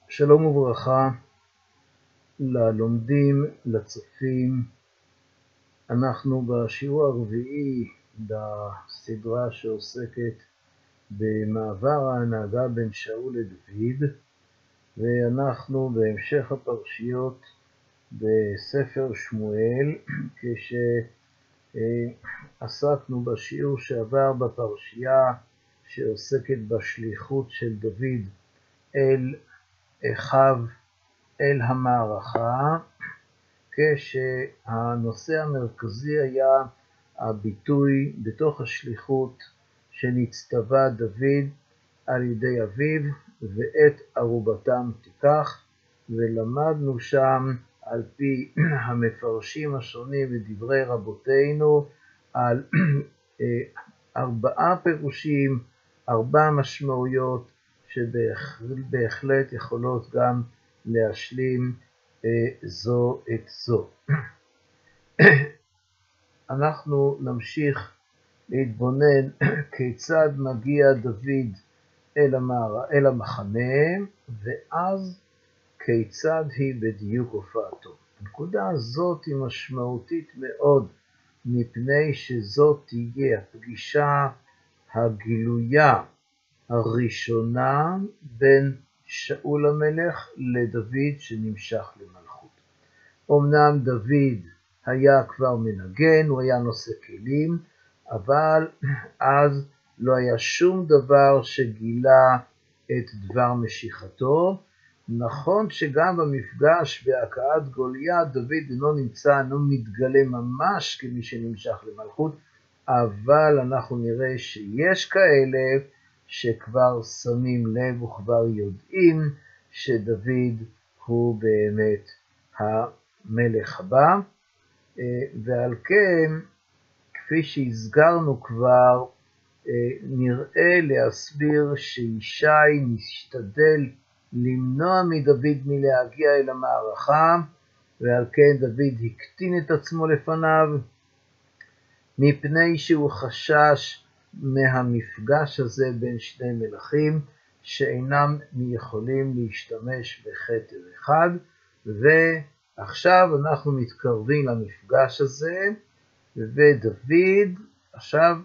שלום וברכה ללומדים, לצופים. אנחנו בשיעור הרביעי בסדרה שעוסקת במעבר ההנהגה בין שאול לדוד, ואנחנו בהמשך הפרשיות בספר שמואל, כשעסקנו בשיעור שעבר בפרשייה שעוסקת בשליחות של דוד אל אחיו אל המערכה, כשהנושא המרכזי היה הביטוי בתוך השליחות שנצטווה דוד על ידי אביו, ואת ערובתם תיקח, ולמדנו שם על פי המפרשים השונים ודברי רבותינו על 4 פירושים, 4 משמעויות שבהחלט יכולות גם להשלים זו את זו. אנחנו נמשיך להתבונן כיצד מגיע דוד אל המחנה, ואז כיצד היא בדיוק הופעתו. הנקודה הזאת היא משמעותית מאוד, מפני שזאת תהיה הפגישה הגילויה הראשונה בין שאול המלך לדוד שנמשך למלכות. אמנם דוד היה כבר מנגן, הוא היה נושא כלים, אבל אז לא היה שום דבר שגילה את דבר משיכתו. נכון שגם במפגש בהכאת גוליית דוד אינו מתגלה ממש כמי שנמשך למלכות, אבל אנחנו נראה שיש כאלה שכבר שמים לב וכבר יודעים שדוד הוא באמת המלך הבא, ועל כן, כפי שהסגרנו כבר, נראה להסביר שישי משתדל למנוע מדוד מלהגיע אל המערכה, ועל כן דוד הקטין את עצמו לפניו, מפני שהוא חשש מהמפגש הזה בין שני מלכים שאינם יכולים להשתמש בכתר אחד. ועכשיו אנחנו מתקרבים למפגש הזה, ודוד עכשיו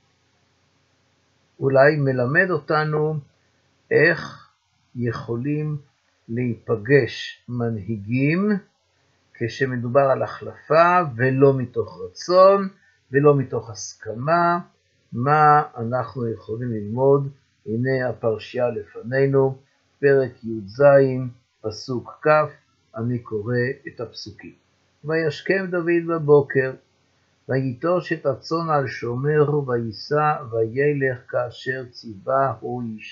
אולי מלמד אותנו איך יכולים להיפגש מנהיגים כשמדובר על החלפה, ולא מתוך רצון ולא מתוך הסכמה. מה אנחנו יכולים ללמוד? הנה הפרשייה לפנינו, פרק י"ז פסוק כ'. אני קורא את הפסוקים. וישכם דוד בבוקר, ויטוש את הצאן על שומר, וייסע וילך כאשר ציווה הוא ישי.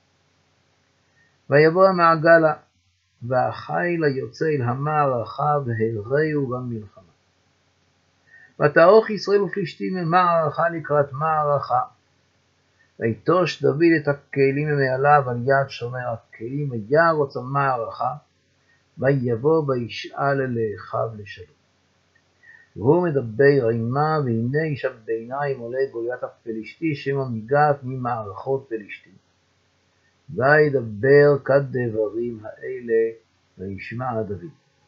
ויבוא המעגלה, והחיל היוצא אל המערכה, והרעו במלחמה. ותערוך ישראל ופלישתים מערכה לקראת מערכה. ויטוש דוד את הכלים מעליו על יד שומר הכלים, וירוץ המערכה, ויבוא וישאל אל אחיו לשלום. והוא מדבר עמה, והנה איש הביניים עולה גוליית הפלישתי, שמו ניגת ממערכות פלישתים. וידבר כדברים האלה, וישמע דוד.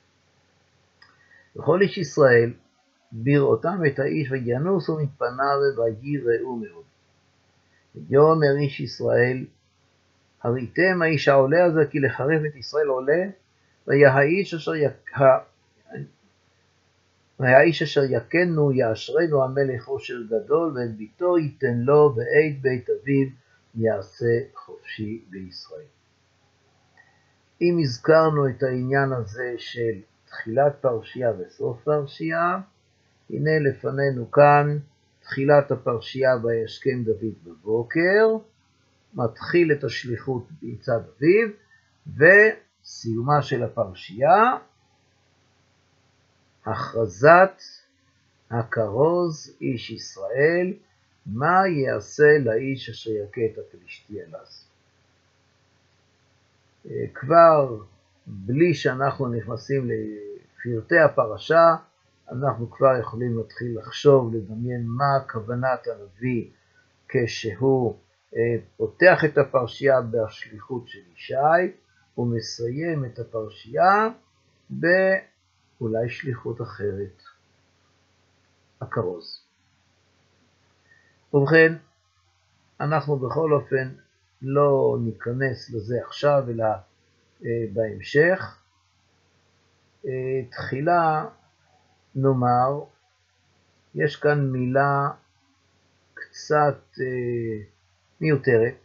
וכל איש ישראל בראותם את האיש, וינוסו מפניו, ויראו מאוד. ויאמר איש ישראל, הראיתם האיש העולה הזה, כי לחרף את ישראל עולה, והיה האיש אשר יקנו יאשרנו המלך עושר גדול, ואת ביתו ייתן לו, ואת בית אביו יעשה חופשי בישראל. אם הזכרנו את העניין הזה של תחילת פרשייה וסוף פרשייה, הנה לפנינו כאן תחילת הפרשייה, וישכם דוד בבוקר, מתחיל את השליחות מצד אביו, וסיומה של הפרשייה, הכרזת הכרוז איש ישראל, מה יעשה לאיש אשר יכה את הפלישתי אלעז. כבר בלי שאנחנו נכנסים לפרטי הפרשה, אנחנו כבר יכולים להתחיל לחשוב, לדמיין מה כוונת הנביא כשהוא פותח את הפרשייה בשליחות של ישי, הוא מסיים את הפרשייה באולי שליחות אחרת, הכרוז. ובכן, אנחנו בכל אופן לא ניכנס לזה עכשיו, אלא בהמשך. תחילה נאמר, יש כאן מילה קצת מיותרת.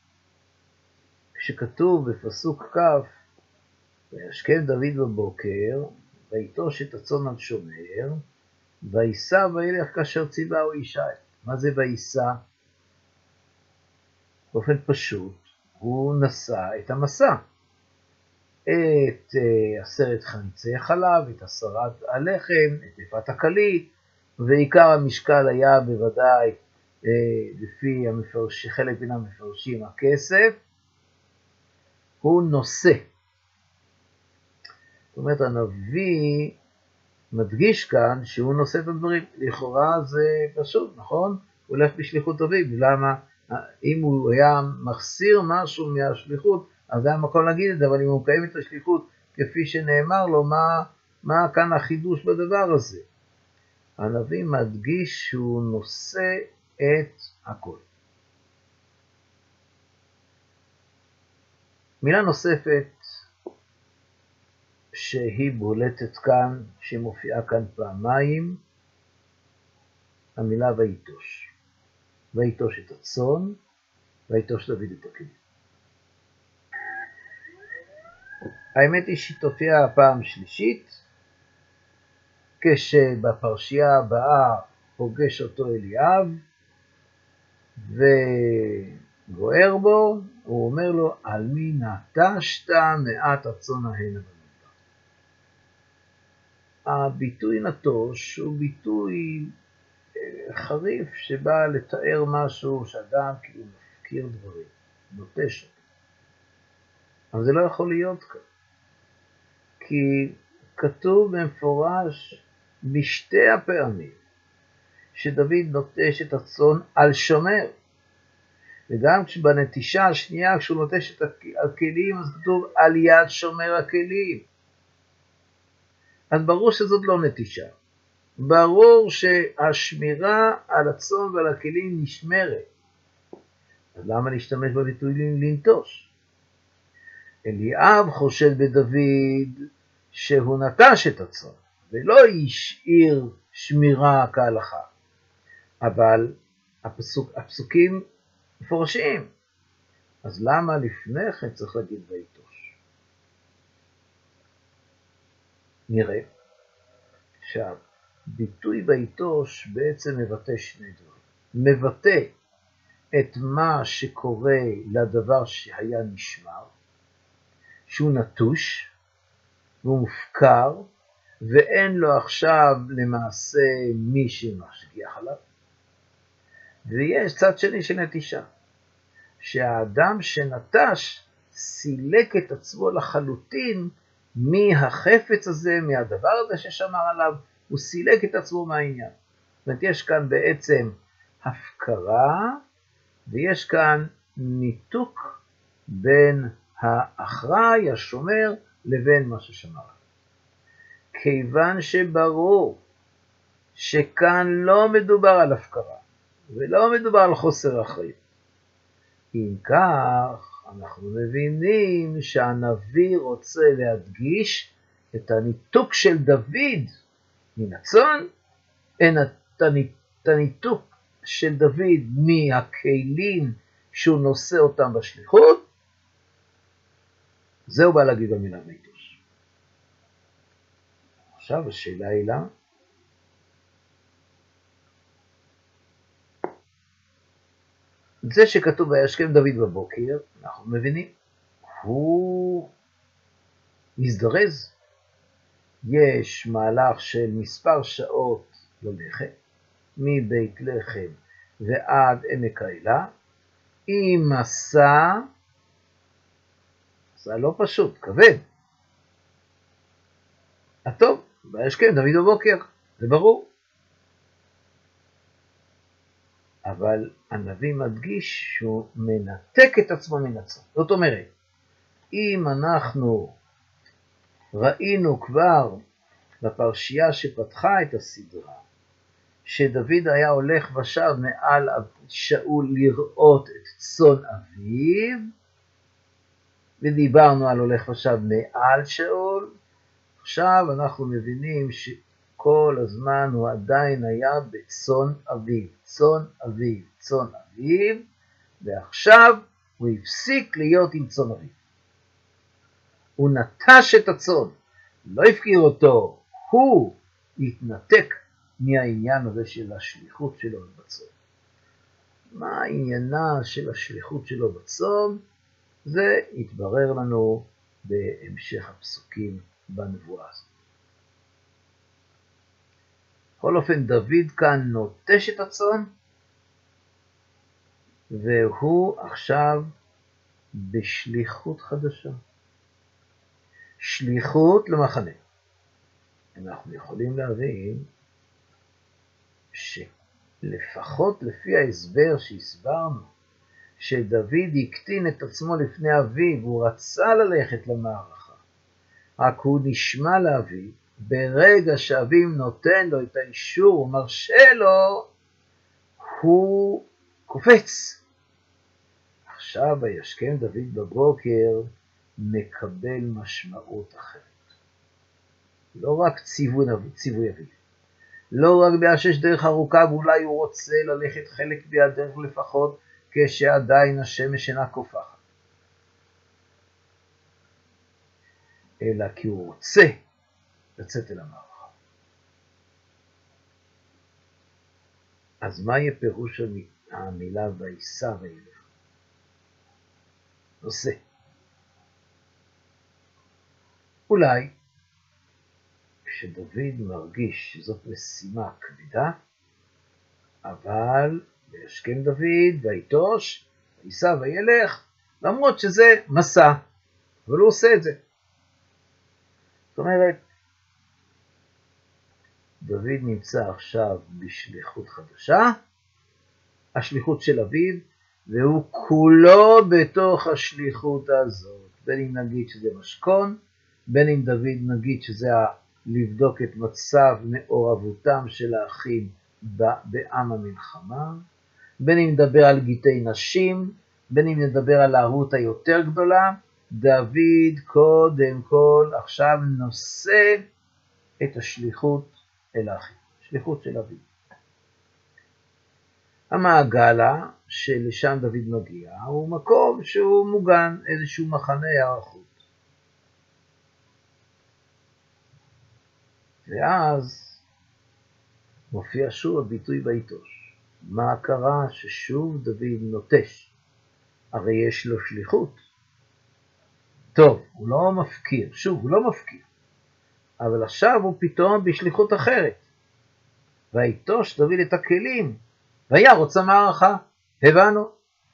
כשכתוב בפסוק כ', וישכם דוד בבוקר, ויטוש את הצאן על שומר, וייסע וילך כאשר ציווהו ישי. מה זה וייסע? באופן פשוט, הוא נשא את המסע. את 10 חמיצי החלב, את 10 הלחם, את אפת הכלי, ועיקר המשקל היה בוודאי, לפי חלק מן המפרשים, הכסף. הוא נושא. זאת אומרת, הנביא מדגיש כאן שהוא נושא את הדברים. לכאורה זה פשוט, נכון? הוא הולך בשליחות אביו. למה? אם הוא היה מחסיר משהו מהשליחות, אז היה מקום להגיד את זה, אבל אם הוא מקיים את השליחות כפי שנאמר לו, מה כאן החידוש בדבר הזה? הנביא מדגיש שהוא נושא את הכל. מילה נוספת שהיא בולטת כאן, שמופיעה כאן פעמיים, המילה ויטוש. ויטוש את הצאן, ויטוש דוד את הכלים. האמת היא שתופיע פעם שלישית, כשבפרשייה הבאה פוגש אותו אליאב, וגוער בו, הוא אומר לו, על מי נטשת מעט הצאן ההנה במדבר. הביטוי נטוש הוא ביטוי חריף שבא לתאר משהו שאדם כאילו מפקיר דברים, נוטש אותו. אבל זה לא יכול להיות כאן. כי כתוב במפורש בשתי הפעמים שדוד נוטש את הצאן על שומר. וגם בנטישה השנייה, כשהוא נוטש את הכלים, אז כתוב על יד שומר הכלים. אז ברור שזאת לא נטישה. ברור שהשמירה על הצאן ועל הכלים נשמרת. אז למה להשתמש בביטוי לנטוש? אליאב חושד בדוד שהוא נטש את הצאן, ולא השאיר שמירה כהלכה. אבל הפסוקים מפורשים. אז למה לפני כן צריך להגיד ויטוש? נראה שהביטוי ויטוש בעצם מבטא שני דברים. מבטא את מה שקורה לדבר שהיה נשמר, שהוא נטוש, והוא מופקר, ואין לו עכשיו למעשה מי שמשגיח עליו. ויש צד שני של נטישה, שהאדם שנטש סילק את עצמו לחלוטין מהחפץ הזה, מהדבר הזה ששמר עליו, הוא סילק את עצמו מהעניין. זאת אומרת, יש כאן בעצם הפקרה, ויש כאן ניתוק בין האחראי, השומר, לבין מה ששמר עליו. כיוון שברור שכאן לא מדובר על הפקרה, ולא מדובר על חוסר אחריות. אם כך, אנחנו מבינים שהנביא רוצה להדגיש את הניתוק של דוד מן הצאן, את הניתוק של דוד מהכלים שהוא נושא אותם בשליחות. זהו בא להגיד במילה ויטוש. עכשיו השאלה היא למה? זה שכתוב וישכם דוד בבוקר, אנחנו מבינים, הוא מזדרז. יש מהלך של מספר שעות ללכת, מבית לחם ועד עמק האלה, עם מסע לא פשוט, כבד. הטוב, וישכם דוד בבוקר, זה ברור. אבל הנביא מדגיש שהוא מנתק את עצמו מן הצאן. זאת אומרת, אם אנחנו ראינו כבר בפרשייה שפתחה את הסדרה, שדוד היה הולך ושב מעל שאול לראות את צאן אביו, ודיברנו על הולך ושב מעל שאול. עכשיו אנחנו מבינים שכל הזמן הוא עדיין היה בצאן אביו, צאן אביו, צאן אביו, ועכשיו הוא הפסיק להיות עם צאן אביו. הוא נטש את הצאן, לא הפקיר אותו, הוא התנתק מהעניין הזה של השליחות שלו בצאן. מה העניינה של השליחות שלו בצאן? זה יתברר לנו בהמשך הפסוקים בנבואה הזאת. בכל אופן, דוד כאן נוטש את הצאן, והוא עכשיו בשליחות חדשה. שליחות למחנה. אנחנו יכולים להבין שלפחות לפי ההסבר שהסברנו, שדוד הקטין את עצמו לפני אביו, הוא רצה ללכת למערכה, רק הוא נשמע לאביו, ברגע שאביו נותן לו את האישור, הוא מרשה לו, הוא קופץ. עכשיו וישכם דוד בבוקר מקבל משמעות אחרת. לא רק ציווי אביו, לא רק בהשש דרך ארוכה, ואולי הוא רוצה ללכת חלק מהדרך לפחות, כשעדיין השמש אינה קופחת, אלא כי הוא רוצה לצאת אל המערכה. אז מה יהיה פירוש המילה ויסע וילך? נושא. אולי כשדוד מרגיש שזאת משימה כבדה, אבל וישכם דוד ויטוש ויסע וילך, למרות שזה מסע, אבל הוא עושה את זה. זאת אומרת, דוד נמצא עכשיו בשליחות חדשה, השליחות של אביו, והוא כולו בתוך השליחות הזאת. בין אם נגיד שזה משכון, בין אם דוד נגיד שזה לבדוק את מצב מעורבותם של האחים בעם המלחמה, בין אם נדבר על גיטי נשים, בין אם נדבר על הערות היותר גדולה, דוד קודם כל עכשיו נושא את השליחות אל האחים, שליחות של אביו. המעגלה שלשם דוד מגיע הוא מקום שהוא מוגן, איזשהו מחנה הערכות. ואז מופיע שוב הביטוי ויטוש. מה קרה ששוב דוד נוטש? הרי יש לו שליחות. טוב, הוא לא מפקיר, שוב, הוא לא מפקיר. אבל עכשיו הוא פתאום בשליחות אחרת. ויטוש דוד את הכלים, וירוץ המערכה. הבנו.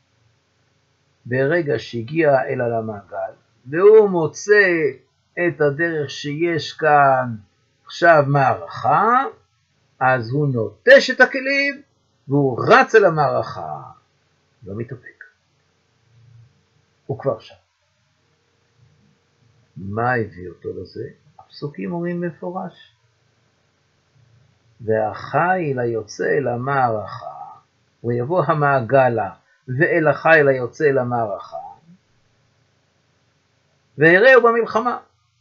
ברגע שהגיע אל על המעגל, והוא מוצא את הדרך שיש כאן עכשיו מערכה, אז הוא נוטש את הכלים, והוא רץ אל המערכה, לא מתאפק. הוא כבר שם. מה הביא אותו לזה? הפסוקים אומרים מפורש. והחיל היוצא אל המערכה, הוא יבוא המעגלה, ואל החיל היוצא אל המערכה, והראהו במלחמה.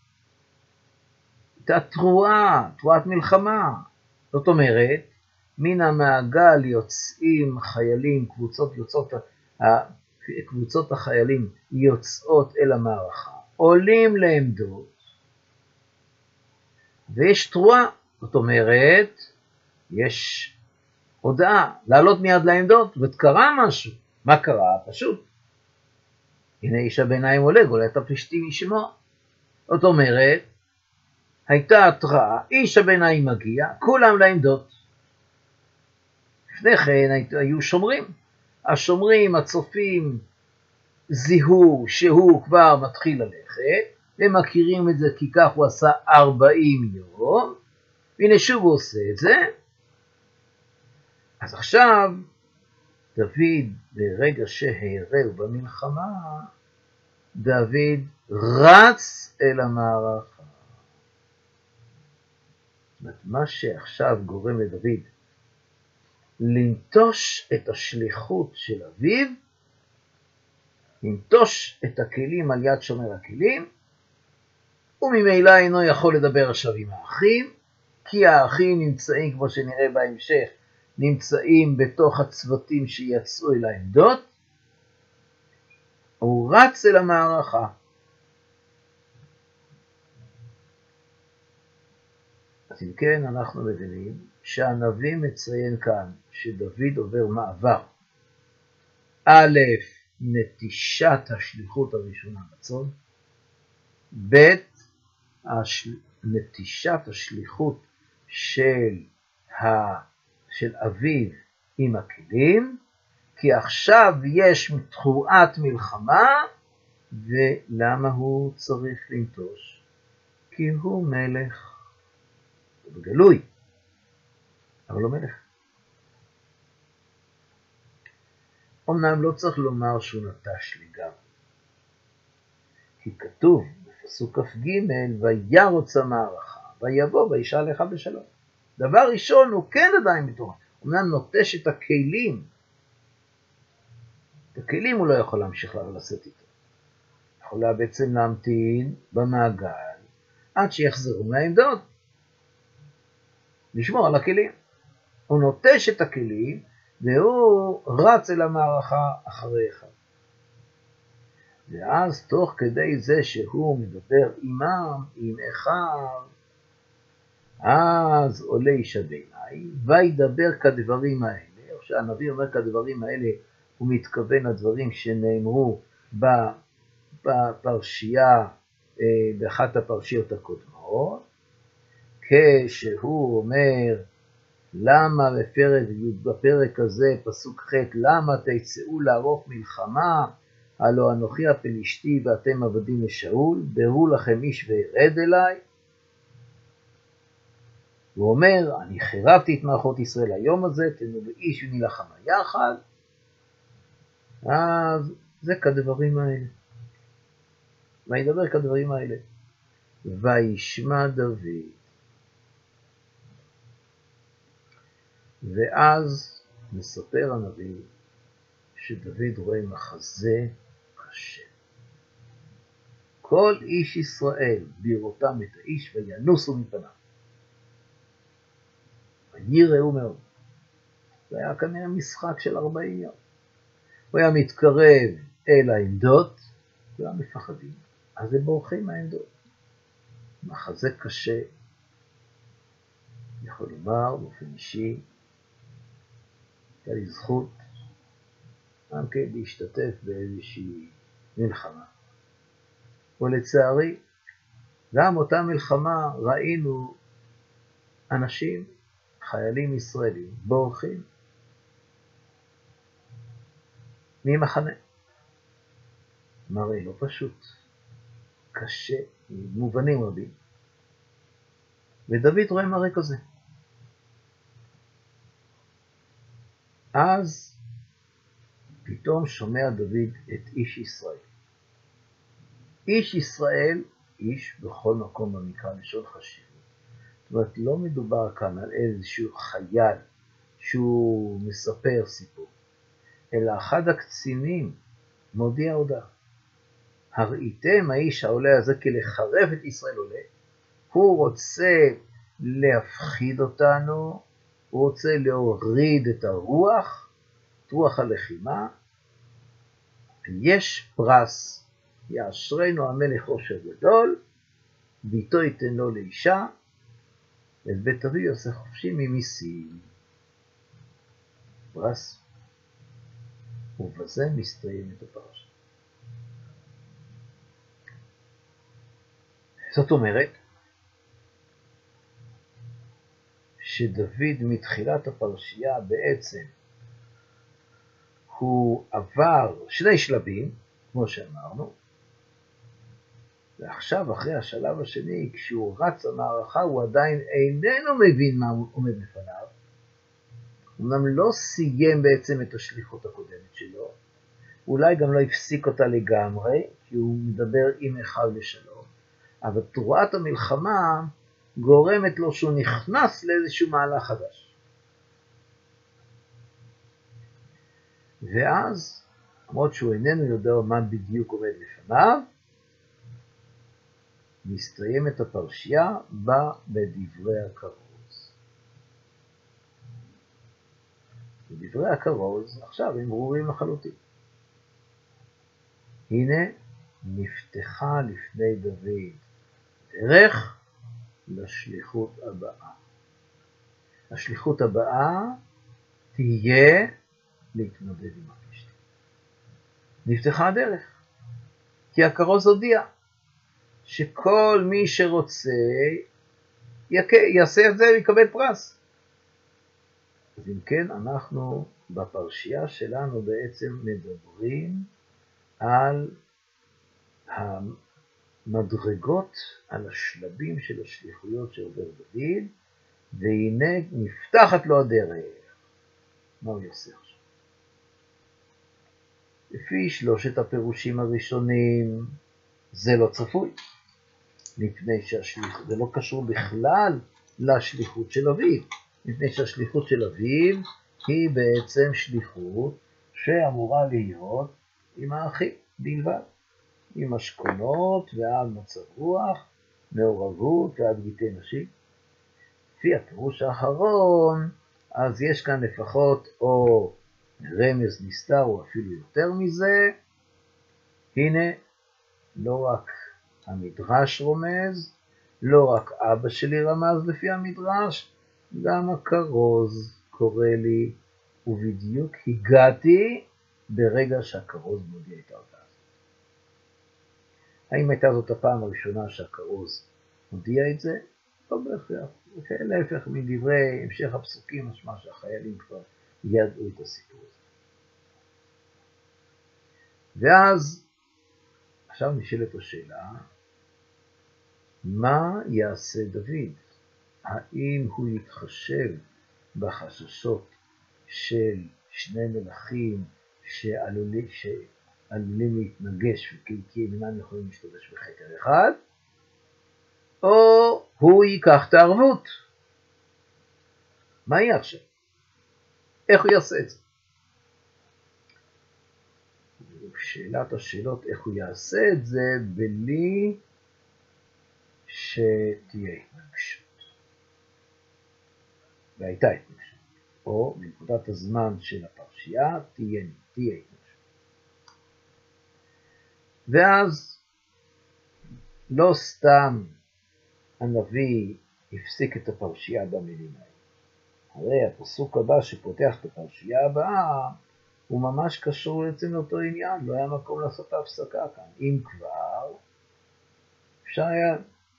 הייתה תרועת מלחמה. זאת אומרת, מן המעגל יוצאים חיילים, קבוצות החיילים יוצאות אל המערכה, עולים לעמדות, ויש תרועה. זאת אומרת, יש הודעה, לעלות מיד לעמדות, וקרה משהו. מה קרה? פשוט. הנה איש הביניים עולה, גולה את הפלישתים ישמע. זאת אומרת, הייתה התראה, איש הביניים מגיע, כולם לעמדות. לפני כן היו שומרים. השומרים, הצופים, זיהו שהוא כבר מתחיל ללכת, הם מכירים את זה כי כך הוא עשה 40 יום, והנה שוב הוא עושה את זה. אז עכשיו דוד ברגע שהראהו במלחמה, דוד רץ אל המערכה. מה שעכשיו גורם לדוד לנטוש את השליחות של אביו, לנטוש את הכלים על יד שומר הכלים, וממילא אינו יכול לדבר עכשיו עם האחים, כי האחים נמצאים, כמו שנראה בהמשך, נמצאים בתוך הצוותים שיצאו אל העמדות. הוא רץ אל המערכה. אז אם כן, אנחנו מבינים שהנביא מציין כאן שדוד עובר מעבר. א', נטישת השליחות הראשונה בצאן, ב', נטישת השליחות של אביו עם הכלים, כי עכשיו יש תרועת מלחמה, ולמה הוא צריך לנטוש? כי הוא מלך. הוא בגלוי, אבל לא מלך. אמנם לא צריך לומר שהוא נטש לגמרי, כי כתוב בפסוק כ"ג, וירוץ המערכה, ויבוא וישאל לך בשלום. דבר ראשון, הוא כן עדיין בתורה. אמנם נוטש את הכלים. את הכלים הוא לא יכול להמשיך לשאת איתו. יכולה בעצם להמתין במעגל עד שיחזרו מהעמדות. לשמור על הכלים. הוא נוטש את הכלים והוא רץ אל המערכה אחרי אחד. ואז תוך כדי זה שהוא מדבר עמם, עם אחיו, אז עולה איש הביניים וידבר כדברים האלה. כשהנביא אומר כדברים האלה, הוא מתכוון לדברים שנאמרו בפרשייה, באחת הפרשיות הקודמות, כשהוא אומר, למה בפרק הזה, פסוק ח', למה תצאו לערוך מלחמה, הלא אנוכי הפלישתי ואתם עבדים לשאול, ברו לכם איש וירד אליי. הוא אומר, אני חירבתי את מערכות ישראל היום הזה, תנו באיש ונלחם יחד. אז זה כדברים האלה. וידבר כדברים האלה. וישמע דוד. ואז מספר הנביא שדוד רואה מחזה קשה. כל איש ישראל בראותם את האיש וינוסו מפניו. ויראו מאוד. זה היה כנראה משחק של 40 יום. הוא היה מתקרב אל העמדות, כולם מפחדים. אז הם בורחים מהעמדות. מחזה קשה. יכול לומר באופן אישי, היה לי זכות גם כן להשתתף באיזושהי מלחמה. ולצערי, גם אותה מלחמה ראינו אנשים, חיילים ישראלים, בורחים ממחנה. מראה לא פשוט, קשה, מובנים רבים. ודוד רואה מראה כזה. אז פתאום שומע דוד את איש ישראל. איש ישראל, איש בכל מקום במקרא לשון חשיבות. זאת אומרת, לא מדובר כאן על איזשהו חייל שהוא מספר סיפור, אלא אחד הקצינים מודיע הודעה. הראיתם האיש העולה הזה כי לחרב את ישראל עולה. הוא רוצה להפחיד אותנו, הוא רוצה להוריד את הרוח, את רוח הלחימה. יש פרס, יאשרנו המלך עושר גדול, ואיתו ייתן לו לאישה, ואת בית אביו יעשה חופשי ממיסים. פרס. ובזה מסתיים את הפרשה. זאת אומרת, שדוד מתחילת הפרשייה בעצם הוא עבר 2 שלבים, כמו שאמרנו, ועכשיו אחרי השלב השני, כשהוא רץ למערכה, הוא עדיין איננו מבין מה עומד לפניו. אמנם לא סיים בעצם את השליחות הקודמת שלו, אולי גם לא הפסיק אותה לגמרי, כי כי הוא מדבר עם אחיו לשלום, אבל תרועת המלחמה גורמת לו שהוא נכנס לאיזשהו מהלך חדש. ואז, למרות שהוא איננו יודע מה בדיוק עומד לפניו, מסתיימת הפרשייה בדברי הכרוז. דברי הכרוז עכשיו הם ברורים לחלוטין. הנה נפתחה לפני דוד דרך לשליחות הבאה. השליחות הבאה תהיה להתמודד עם הפלישתים. נפתחה הדרך, כי הכרוז הודיע שכל מי שרוצה יעשה את זה ויקבל פרס. אז אם כן, אנחנו בפרשייה שלנו בעצם מדברים על המדרגות, על השלבים של השליחויות שעובר דוד, והנה נפתחת לו הדרך. מה הוא יעשה עכשיו? לפי שלושת הפירושים הראשונים, זה לא צפוי, מפני שהשליחות, זה לא קשור בכלל לשליחות של אביו, מפני שהשליחות של אביו היא בעצם שליחות שאמורה להיות עם האחים בלבד, עם השכונות ועד מצב רוח, מעורבות ועד גיטי נשים. לפי הפירוש האחרון, אז יש כאן לפחות או רמז נסתר או אפילו יותר מזה. הנה, לא רק המדרש רומז, לא רק אבא שלי רמז לפי המדרש, גם הכרוז קורא לי, ובדיוק הגעתי ברגע שהכרוז מודיע את ההודעה. האם הייתה זאת הפעם הראשונה שהכרוז מודיע את זה? לא בהכרח. להפך מדברי המשך הפסוקים, משמע שהחיילים כבר ידעו את הסיפור הזה. ואז, עכשיו נשאלת השאלה, מה יעשה דוד? האם הוא יתחשב בחששות של שני מלכים שעלולים להתנגש כי אינם יכולים להשתמש בחקר אחד, או הוא ייקח את הערבות? מה יהיה עכשיו? איך הוא יעשה את זה? שאלת השאלות איך הוא יעשה את זה בלי שתהיה התנגשות. והייתה התנגשות. או בנקודת הזמן של הפרשייה תהיה התנגשות. ואז לא סתם הנביא הפסיק את הפרשייה במילים האלה. הרי הפסוק הבא שפותח את הפרשייה הבאה הוא ממש קשור בעצם לאותו עניין, לא היה מקום לעשות ההפסקה כאן. אם כבר, אפשר היה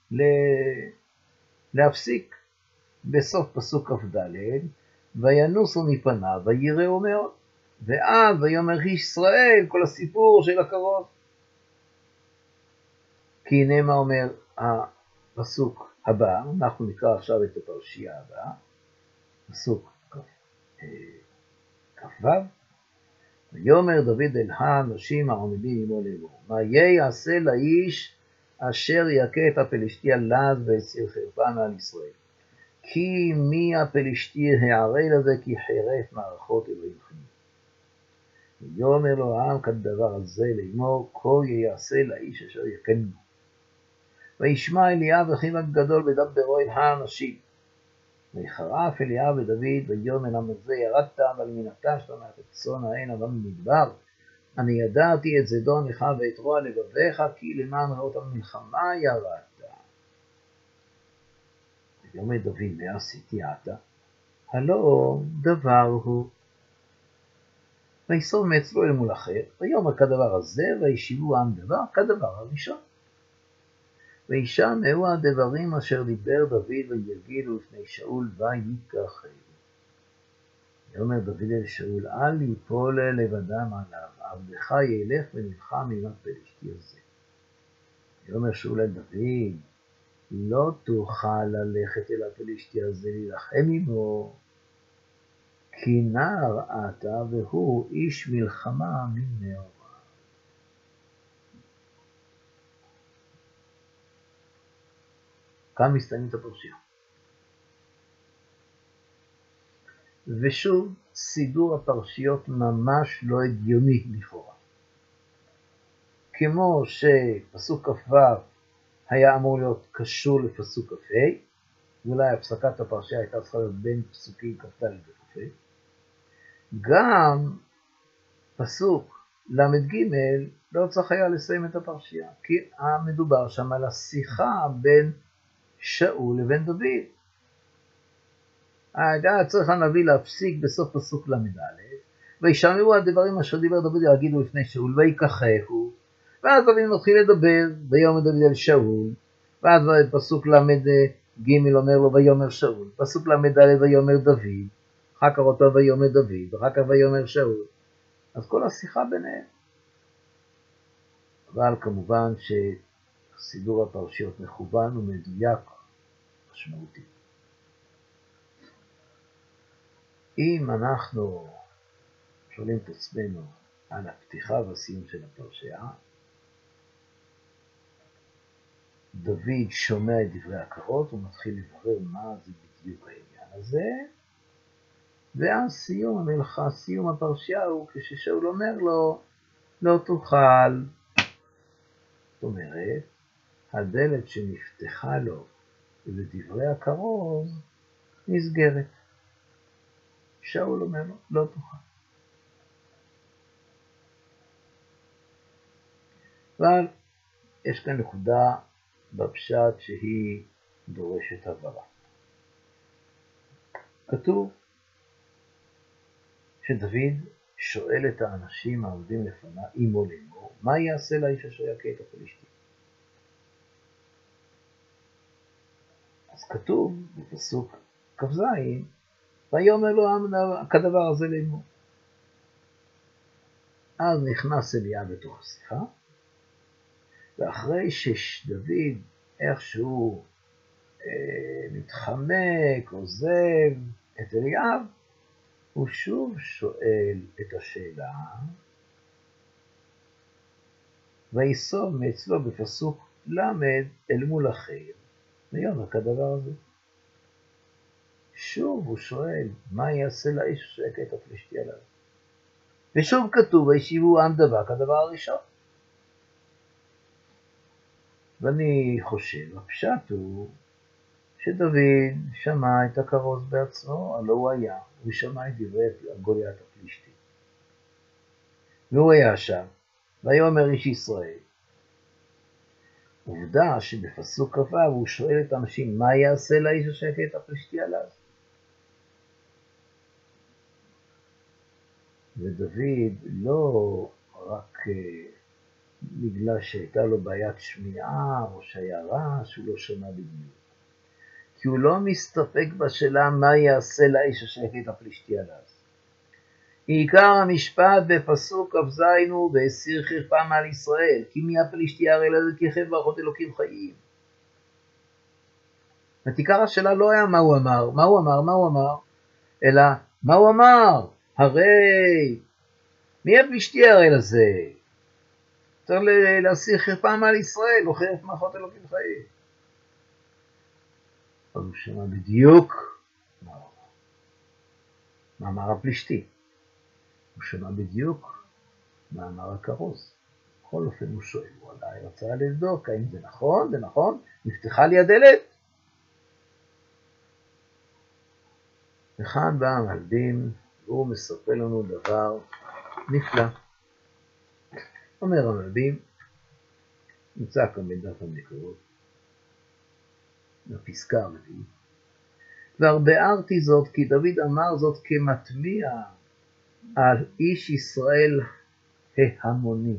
להפסיק בסוף פסוק כ"ד, וינוסו מפניו ויראו מאוד, ואז ויאמר איש ישראל, כל הסיפור של הכרוז. כי הנה מה אומר הפסוק הבא, אנחנו נקרא עכשיו את הפרשייה הבאה, פסוק כ"ו, ויאמר דוד אל האנשים העומדים עמו לאמור, מה יעשה לאיש אשר יכה את הפלישתי הלז ויסיר חרפה מעל ישראל? כי מי הפלישתי הערל הזה, כי חרף מערכות אלוהים חיים. ויאמר לו העם כדבר הזה לאמור, כה יעשה לאיש אשר יכנו. וישמע אליאב אחיו הגדול ודברו אל האנשים. ויחרף אליאב ודוד ויאמר למזה, ירדת אבל מן התשת מעט הצאן ההנה במדבר. אני ידעתי את זדון לך ואת רוע לבביך, כי למען רעות המלחמה ירדת. ויאמר דוד, מה עשיתי עתה? הלא דבר הוא. ויסוב מאצלו אל מול אחר, ויאמר כדבר הזה, וישיבו העם דבר כדבר הראשון. וישמעו הדברים אשר דיבר דוד ויגידו לפני שאול ויקחהו. ויאמר דוד אל שאול, אל יפול לבדם עליו, עבדך ילך ונלחם עם הפלישתי הזה. ויאמר שאול אל דוד, לא תוכל ללכת אל הפלישתי הזה להילחם עמו, כי נער אתה והוא איש מלחמה מנעוריו. כאן מסתיימת הפרשייה. ושוב, סידור הפרשיות ממש לא הגיוני לכאורה. כמו שפסוק כ"ו היה אמור להיות קשור לפסוק כ"ה, ואולי הפסקת הפרשייה הייתה צריכה להיות בין פסוקים כ"ד וכ"ה, גם פסוק למד ג' לא צריך היה לסיים את הפרשייה, כי מדובר שם על השיחה בין שאול לבין דוד. היה צריך הנביא להפסיק בסוף פסוק למד א', וישמעו הדברים אשר דיבר דוד יגידו לפני שאול, ויקחהו, ואז דוד מתחיל לדבר, ויאמר דוד אל שאול, ואז פסוק למד ג' אומר לו ויאמר שאול, פסוק למד א' ויאמר דוד, אחר כך אותו ויאמר דוד, ואחר כך ויאמר שאול. אז כל השיחה ביניהם. אבל כמובן שסידור הפרשיות מכוון ומדויק משמעותי. אם אנחנו שואלים את עצמנו על הפתיחה והסיום של הפרשייה, דוד שומע את דברי הכרות, הוא מתחיל לברר מה זה בדיוק העניין הזה, ואז סיום המלאכה, סיום הפרשייה הוא כששאול אומר לו, לא תוכל. זאת אומרת, הדלת שנפתחה לו ובדברי הכרוז נסגרת. שאול אומר לו, לא תוכל. אבל יש כאן נקודה בפשט שהיא דורשת הבהרה. כתוב שדוד שואל את האנשים העומדים לפניו עמו לאמור, מה יעשה לאיש אשר יכה את הפלישתים? אז כתוב בפסוק כ"ז, ויאמר לו כדבר הזה לאמור. אז נכנס אליהו בתוך השיחה, ואחרי שדוד איכשהו מתחמק, עוזב את אליהו, הוא שוב שואל את השאלה, ויסוב מאצלו בפסוק למד אל מול אחר, ויאמר כדבר הזה. שוב הוא שואל, מה יעשה לאיש שיכה את הפלישתי עליו? ושוב כתוב, וישיבו עם דבר כדבר הראשון. ואני חושב, הפשט הוא שדוד שמע את הכרוז בעצמו, הלא הוא היה, הוא שמע את דברי גוליית הפלישתי. והוא היה שם, ויאמר איש ישראל. עובדה שבפסוק כ"ו הוא שואל את האנשים, מה יעשה לאיש אשר יכה את הפלישתי עליו? ודוד לא רק בגלל שהייתה לו בעיית שמיעה או שהיה רעש, הוא לא שמע בדיוק. כי הוא לא מסתפק בשאלה מה יעשה לאיש אשר יכה את הפלישתי עליו. עיקר המשפט בפסוק כ"ז הוא והסיר חרפה מעל ישראל, כי מי הפלישתי הרי לזה ככב ואחות אלוקים חיים. עיקר השאלה לא היה מה הוא אמר, אלא מה הוא אמר, הרי מי הפלישתי הרי לזה? צריך להסיר חרפה מעל ישראל, לא חרף מאחות אלוקים חיים. אז הוא שמע בדיוק מה אמר הפלישתי. הוא שמע בדיוק מה אמר הכרוז. בכל אופן הוא שואל, הוא עדיין רצה לבדוק, האם זה נכון? זה נכון? נפתחה לי הדלת? וכאן בא המלבים, והוא מספר לנו דבר נפלא. אומר המלבים, נמצא כאן בדף המקורות, בפסקה הרביעית, כבר ביארתי זאת כי דוד אמר זאת כמטמיע על איש ישראל ההמוני.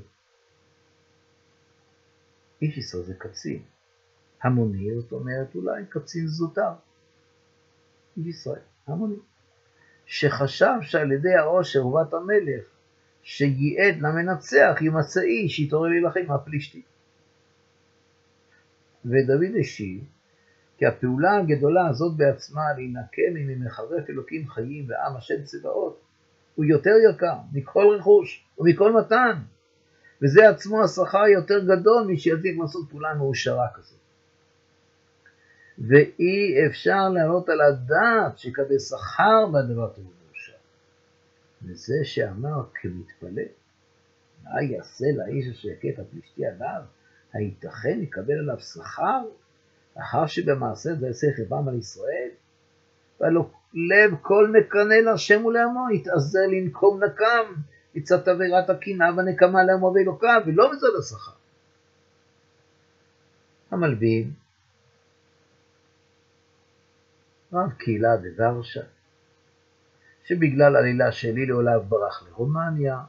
איש ישראל זה קצין. המוני, זאת אומרת אולי קצין זוטר. איש ישראל, המוני. שחשב שעל ידי העושר ובת המלך שייעד למנצח ימצא איש שיתעורר להילחם מהפלישתים. ודוד השיב, כי הפעולה הגדולה הזאת בעצמה להינקם ממחרף אלוקים חיים ועם השם צבאות הוא יותר יקר מכל רכוש ומכל מתן, וזה עצמו השכר יותר גדול משיצליח לעשות פעולה מאושרה כזאת. ואי אפשר להעלות על הדעת שכדי שכר בדבר טוב ומאושר. וזה שאמר כמתפלל, מה יעשה לאיש אשר יכה את הפלישתי עליו? הייתכן יקבל עליו שכר? אחר שבמעשה ויעשה חרבם על ישראל? והלא לב כל מקנא להשם ולעמו, יתעזר לנקום נקם, מצד תבערת הקנאה והנקמה לעמו ואלוקיו, ולא מצד השכר. המלבין, רב קהילה בוורשה, שבגלל עלילה שלי לעולב ברח לרומניה,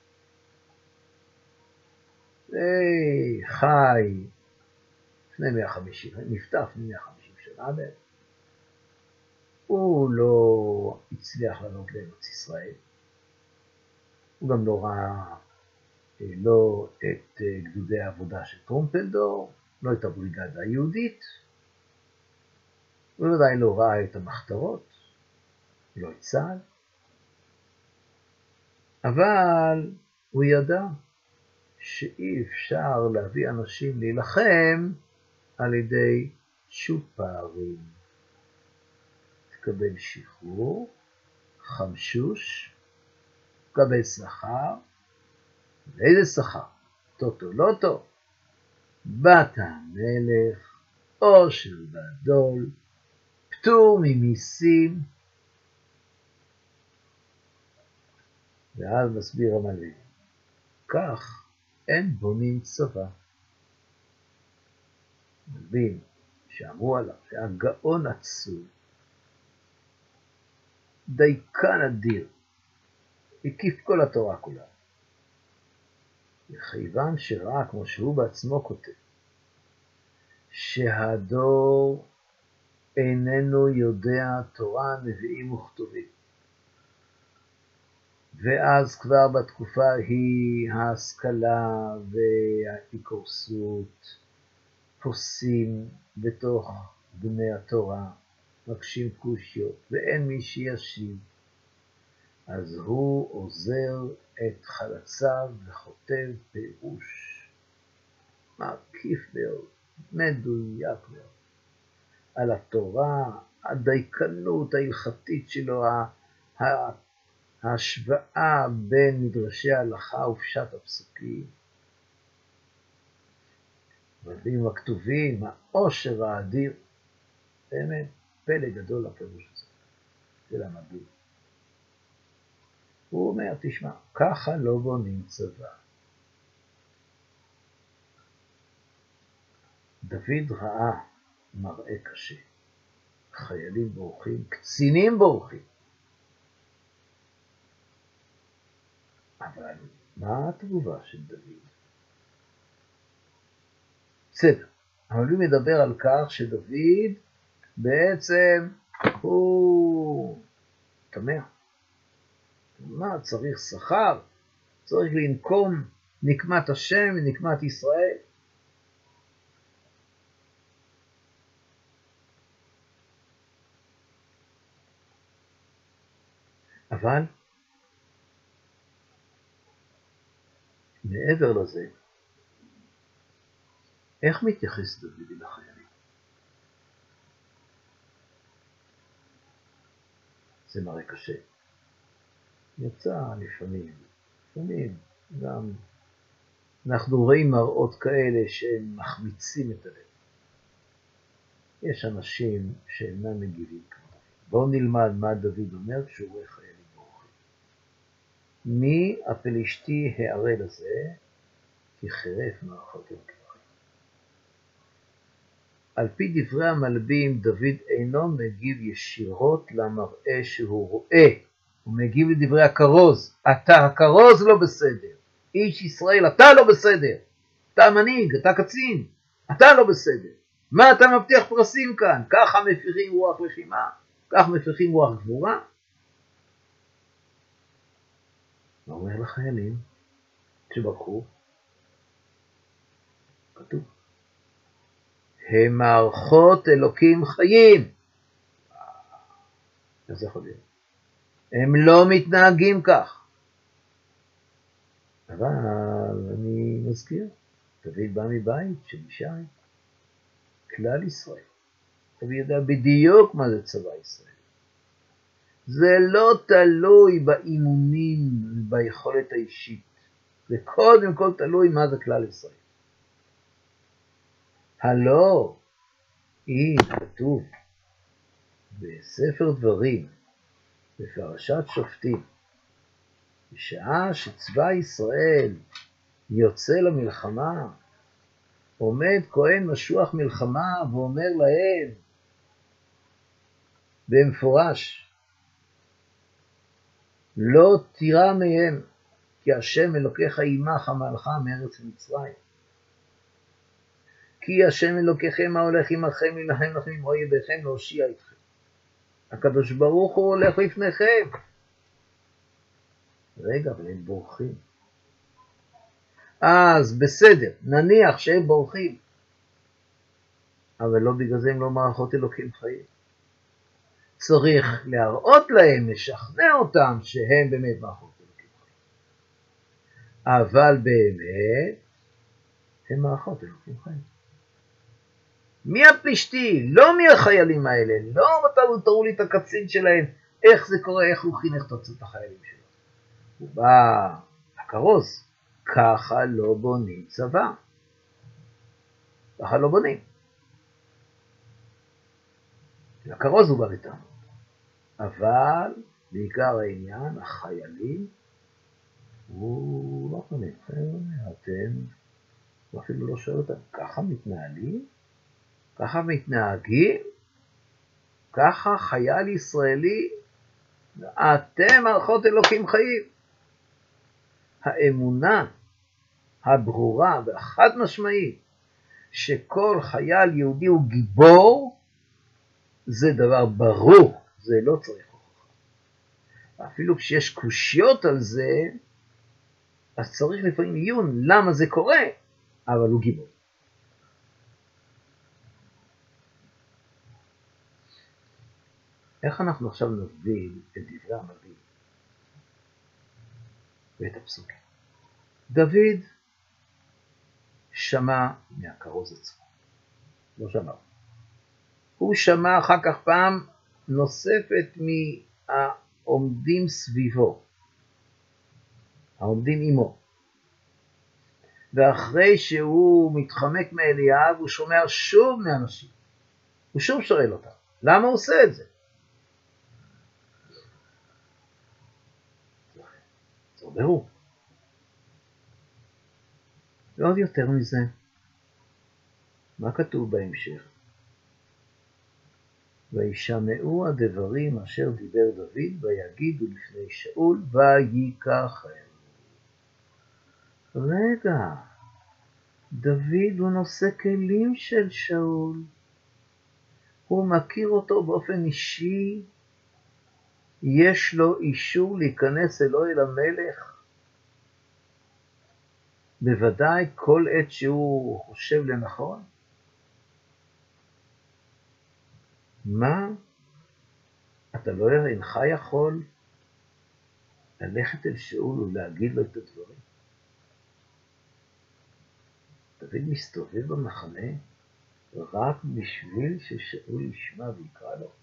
חי לפני 150, נפטר לפני 150 שנה בערך. הוא לא הצליח לעלות לארץ ישראל. הוא גם לא ראה לא את גדודי העבודה של טרומפלדור, לא את הבריגדה היהודית, הוא עדיין לא ראה את המחתרות, לא את צה"ל, אבל הוא ידע שאי אפשר להביא אנשים להילחם על ידי צ'ופרים. תקבל שחרור, חמשוש, תקבל שכר, ואיזה שכר? טוטו לוטו, בת המלך, עושר גדול, פטור ממיסים. ואז מסביר המלך, כך אין בונים צבא. מבין שאמרו עליו שהיה גאון עצום, דייקן אדיר, הקיף כל התורה כולה. וכיוון שראה, כמו שהוא בעצמו כותב, שהדור איננו יודע תורה, נביאים וכתובים. ואז כבר בתקופה היא ההשכלה והאפיקורסות פוסים בתוך בני התורה, מקשים קושיות, ואין מי שישיב. אז הוא עוזר את חלציו וכותב פירוש מקיף מאוד, מדויק מאוד, על התורה, הדייקנות ההלכתית שלו, ההשוואה בין מדרשי ההלכה ופשט הפסוקים, רבים הכתובים, העושר האדיר, באמת פלא גדול הפירוש הזה, של המדהים. הוא אומר, תשמע, ככה לא בונים צבא. דוד ראה מראה קשה, חיילים בורחים, קצינים בורחים. אבל מה התגובה של דוד? בסדר, אבל הוא מדבר על כך שדוד בעצם הוא תמה. מה צריך שכר? צריך לנקום נקמת השם ונקמת ישראל. אבל מעבר לזה, איך מתייחס דוד לחיילים? זה מראה קשה. יצא לפעמים גם אנחנו רואים מראות כאלה שהם מחמיצים את הלב. יש אנשים שאינם מגיבים כמו. בואו נלמד מה דוד אומר כשהוא רואה חיילים בורחים. מי הפלישתי הערל הזה? כי חירף מערכות יוקר. על פי דברי המלבים, דוד אינו מגיב ישירות למראה שהוא רואה. הוא מגיב לדברי הכרוז. אתה הכרוז לא בסדר. איש ישראל, אתה לא בסדר. אתה מנהיג, אתה קצין. אתה לא בסדר. מה אתה מבטיח פרסים כאן? ככה מפיחים רוח לחימה. כך מפיחים רוח גבורה. מה אומר לחיילים שברחו? כתוב. הם מערכות אלוקים חיים. אז יכול להיות. הם לא מתנהגים כך. אבל אני מזכיר, דוד בא מבית של ישי, כלל ישראל. דוד יודע בדיוק מה זה צבא ישראל. זה לא תלוי באימונים, ביכולת האישית. זה קודם כל תלוי מה זה כלל ישראל. הלא, אם כתוב בספר דברים, בפרשת שופטים, בשעה שצבא ישראל יוצא למלחמה, עומד כהן משוח מלחמה ואומר להם במפורש, לא תירא מהם, כי השם אלוקיך עמך המלכה מארץ מצרים. כי השם אלוקיכם ההולך עמכם להילחם לכם עם אויביכם להושיע אתכם. הקדוש ברוך הוא הולך לפניכם. רגע, אבל הם בורחים. אז בסדר, נניח שהם בורחים, אבל לא בגלל זה הם לא מערכות אלוקים חיים. צריך להראות להם, לשכנע אותם שהם באמת מערכות אלוקים חיים. אבל באמת, הם מערכות אלוקים חיים. מי הפלישתי? לא מי החיילים האלה. לא תראו לי את הקצין שלהם, איך זה קורה, איך הוא חינך את החיילים שלו. הוא בא הכרוז. ככה לא בונים צבא. ככה לא בונים. הכרוז הוא בא בטענות. אבל בעיקר העניין, החיילים, הוא לא חונה. אתם, הוא אפילו לא שואל אותם, ככה מתנהלים? ככה מתנהגים? ככה חייל ישראלי? אתם מערכות אלוקים חיים. האמונה הברורה והחד משמעית שכל חייל יהודי הוא גיבור, זה דבר ברור, זה לא צריך הוכחה. אפילו כשיש קושיות על זה, אז צריך לפעמים עיון למה זה קורה, אבל הוא גיבור. איך אנחנו עכשיו נבדיל את דברי הנביא ואת הפסוקים? דוד שמע מהכרוז עצמו, לא שמע. הוא שמע אחר כך פעם נוספת מהעומדים סביבו, העומדים עמו. ואחרי שהוא מתחמק מאליהו, הוא שומע שוב מאנשים. הוא שוב שואל אותם, למה הוא עושה את זה? זה ברור. ועוד יותר מזה, מה כתוב בהמשך? וישמעו הדברים אשר דיבר דוד ויגידו לפני שאול ויקחם. רגע, דוד הוא נושא כלים של שאול. הוא מכיר אותו באופן אישי. יש לו אישור להיכנס אלוהי למלך. בוודאי כל עת שהוא חושב לנכון. מה? אתה לא אינך יכול ללכת אל שאול ולהגיד לו את הדברים? דוד מסתובב במחנה רק בשביל ששאול ישמע ויקרא לו.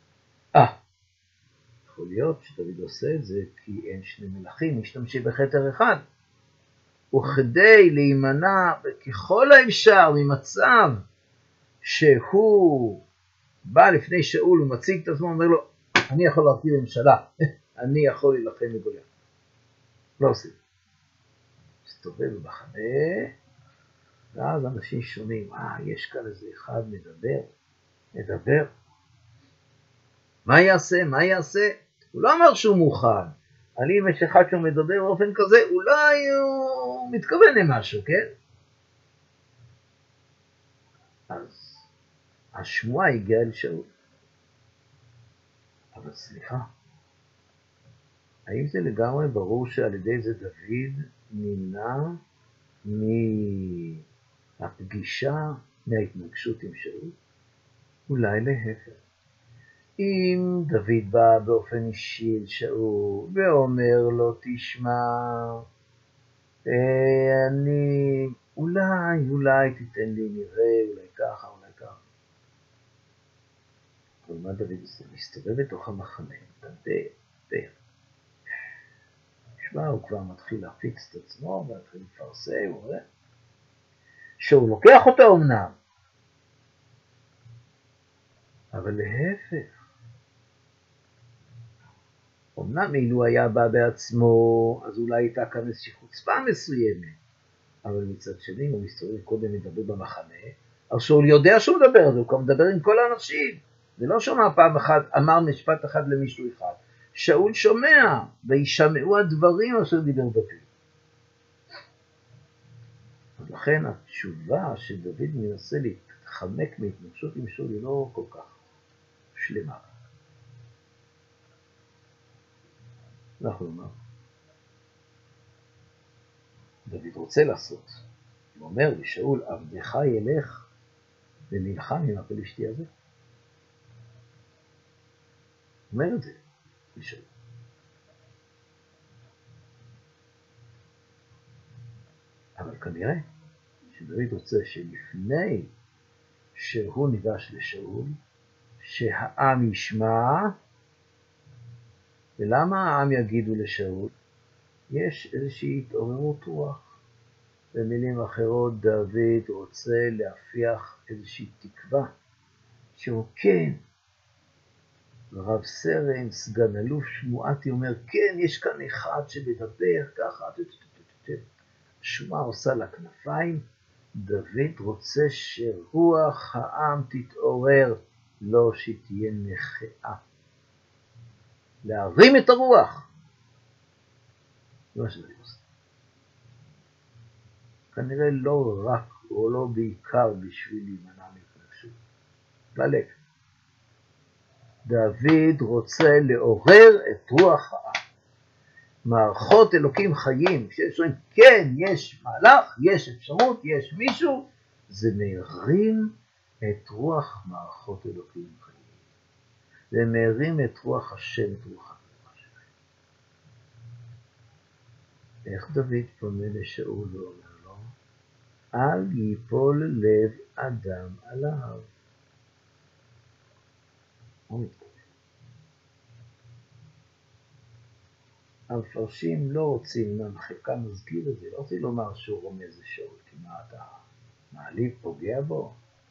יכול להיות שדוד עושה את זה כי אין שני מלכים משתמשים בכתר אחד. וכדי להימנע ככל האפשר ממצב שהוא בא לפני שאול ומציג את עצמו, אומר לו, אני יכול להרכיב ממשלה, אני יכול להילחם בגוליית. לא עושים. מסתובב במחנה, ואז אנשים שומעים, יש כאן איזה אחד מדבר. מה יעשה? הוא לא אמר שהוא מוכן. אבל אם יש אחד שהוא מדבר באופן כזה, אולי הוא מתכוון למשהו, כן? אז השמועה הגיעה אל שאול. אבל סליחה, האם זה לגמרי ברור שעל ידי זה דוד נמנע מהפגישה, מההתנגשות עם שאול? אולי להפך. אם דוד בא באופן אישי אל שאול ואומר לו, תשמע, אולי תיתן לי נראה, אולי ככה. אבל מה דוד עושה? מסתובב בתוך המחנה, מדבר. נשמע, הוא כבר מתחיל להפיץ את עצמו, ומתחיל לפרסם, שהוא לוקח אותו אמנם, אבל להפך. אמנם אילו היה בא בעצמו, אז אולי הייתה כאן איזושהי חוצפה מסוימת, אבל מצד שני הוא מסתובב קודם מדבר במחנה, אז שאול יודע שהוא מדבר, אז הוא כבר מדבר עם כל האנשים. זה לא שומע פעם אחת, אמר משפט אחד למישהו אחד. שאול שומע, וישמעו הדברים אשר דיבר דוד. לכן התשובה שדוד מנסה להתחמק מהתנגשות עם שאול היא לא כל כך שלמה. אנחנו אומר, דוד רוצה לעשות. הוא אומר לשאול, עבדך ילך ונלחם עם הפלישתי הזה. הוא אומר את זה לשאול. אבל כנראה שדוד רוצה שלפני שהוא ניגש לשאול, שהעם ישמע, ולמה העם יגידו לשאול? יש איזושהי התעוררות רוח. במילים אחרות, דוד רוצה להפיח איזושהי תקווה, שהוא כן, רב סרן, סגן אלוף שמועתי אומר, כן, יש כאן אחד שמדבר ככה, שומה עושה לה כנפיים, דוד רוצה שרוח העם תתעורר, לא שתהיה נחאה. להרים את הרוח. זה מה שדוד עושה. כנראה לא רק או לא בעיקר בשביל להימנע מהתנגשות. בלב. דוד רוצה לעורר את רוח העם. מערכות אלוקים חיים, כשאומרים כן, יש מהלך, יש אפשרות, יש מישהו, זה מרים את רוח מערכות אלוקים חיים. זה מרים את רוח השם, את רוח הקדושה שלהם. איך דוד פונה לשאול ואומר לו? אל ייפול לב אדם עליו. הוא מתכוון. המפרשים לא רוצים, חלקם מזכיר את זה, לא רוצים לומר שהוא רומז לשאול, כי מה אתה מעליב, פוגע בו?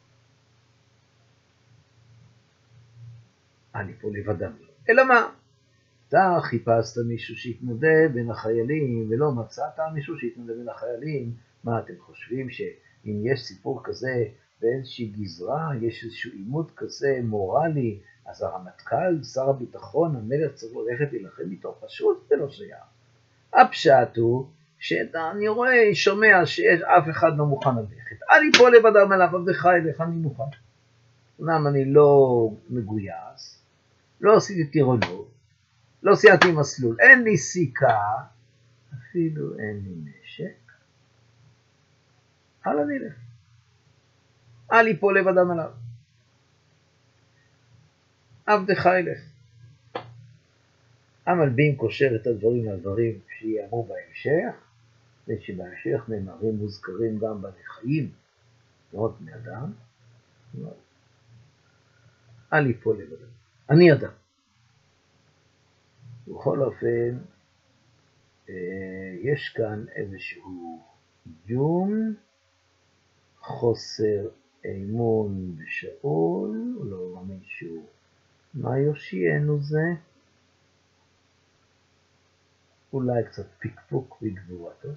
אל ייפול לב אדם לא. אלא מה? אתה חיפשת מישהו שהתנדב בין החיילים, ולא מצאת מישהו שהתנדב בין החיילים. מה אתם חושבים שאם יש סיפור כזה באיזושהי גזרה, יש איזשהו עימות כזה מורלי, אז הרמטכ"ל, שר הביטחון, המלך צריך ללכת להילחם איתו? פשוט זה לא שייך. הפשט הוא שאני רואה, שומע שאף אחד לא מוכן ללכת. אל ייפול לב אדם עליו, עבדך ילך, אני מוכן. אומנם אני לא מגויס, לא עשיתי טירונות, לא סייעתי מסלול, אין לי סיכה, אפילו אין לי נשק. הלאה נלך. אל ייפול לב אדם עליו. עבדך ילך. המלבים קושר את הדברים לדברים שיאמרו בהמשך, ושבהמשך נאמרים מוזכרים גם בעלי חיים, לא רק בני אדם. אל ייפול לב אדם. אני אדם. בכל אופן, יש כאן איזשהו איום, חוסר אמון בשאול, לא מאמין שהוא, מה יושיענו זה? אולי קצת פיקפוק בגבורתו.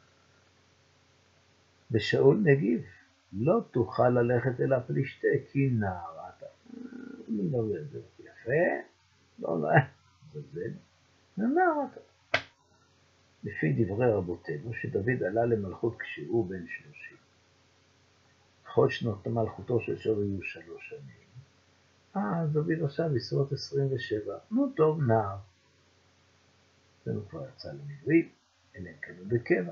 ושאול מגיב, לא תוכל ללכת אל הפלישתי, כי נער אתה. לא זה יפה, לא, זה נער אתה. לפי דברי רבותינו, שדוד עלה למלכות כשהוא בן 30. בכל שנות מלכותו של שאול היו 3 שנים. אז דוד עכשיו ישרוד 27. נו טוב, נער. זה כבר יצא למילואים, אלא אם כן הוא בקבע.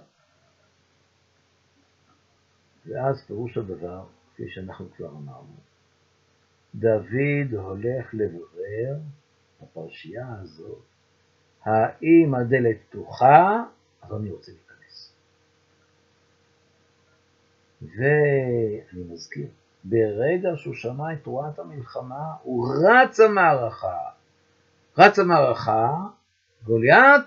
ואז פירוש הדבר, כפי שאנחנו כבר אמרנו, דוד הולך לברר בפרשייה הזאת, האם הדלת פתוחה, אז אני רוצה להיכנס. ואני מזכיר ברגע שהוא שמע את תרועת המלחמה, הוא רץ המערכה. רץ המערכה, גוליית,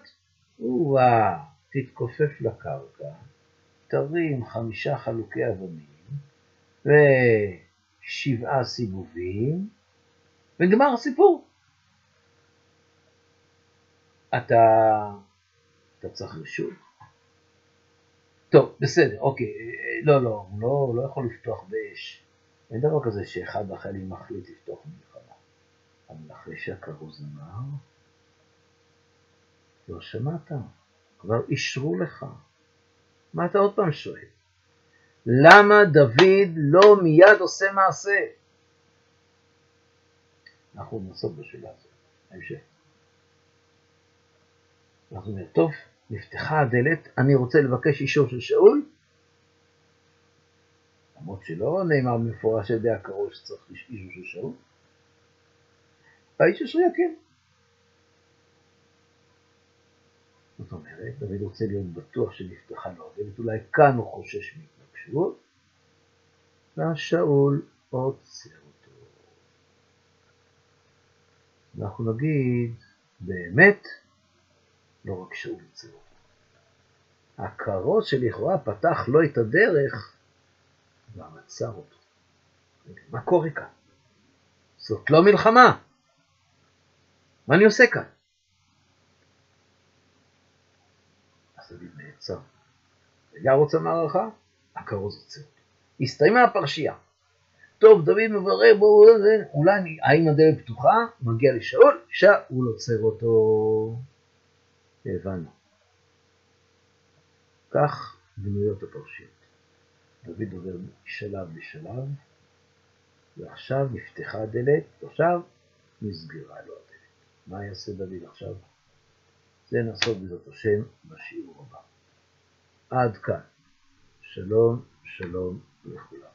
תתכופף לקרקע, תרים 5 חלוקי אבנים, ו7 סיבובים, וגמר הסיפור. אתה צריך רשות. טוב, בסדר, אוקיי, הוא לא יכול לפתוח באש. אין דבר כזה שאחד החיילים מחליט לפתוח מלחמה. אבל אחרי שהכרוז אמר, לא שמעת, כבר אישרו לך. מה אתה עוד פעם שואל? למה דוד לא מיד עושה מעשה? אנחנו נעסוק בשאלה הזאת. המשך. אנחנו אומר, טוב, נפתחה הדלת, אני רוצה לבקש אישור של שאול. למרות שלא נאמר מפורש על ידי הכרוז שצריך אישור של שאול. האיש אשרי כן. זאת אומרת, דוד רוצה להיות בטוח שנפתחה לו הדלת, אולי כאן הוא חושש מהתנגשות, והשאול עוצר אותו. אנחנו נגיד, באמת, לא רק שאול עוצר אותו. הכרוז שלכאורה פתח לו את הדרך, ועצר אותו. מה קורה כאן? זאת לא מלחמה. מה אני עושה כאן? אז דוד נעצר. ירוץ המערכה, הכרוז עוצר אותו. הסתיימה הפרשייה. טוב, דוד מברר, אולי האם הדלת פתוחה, מגיע לשאול, שאול עוצר אותו. הבנו. כך בנויות הפרשיות. דוד עובר שלב לשלב, ועכשיו נפתחה הדלת, ועכשיו נסגרה לו הדלת. מה יעשה דוד עכשיו? זה נעסוק בעזרת השם בשיעור הבא. עד כאן. שלום, שלום לכולם.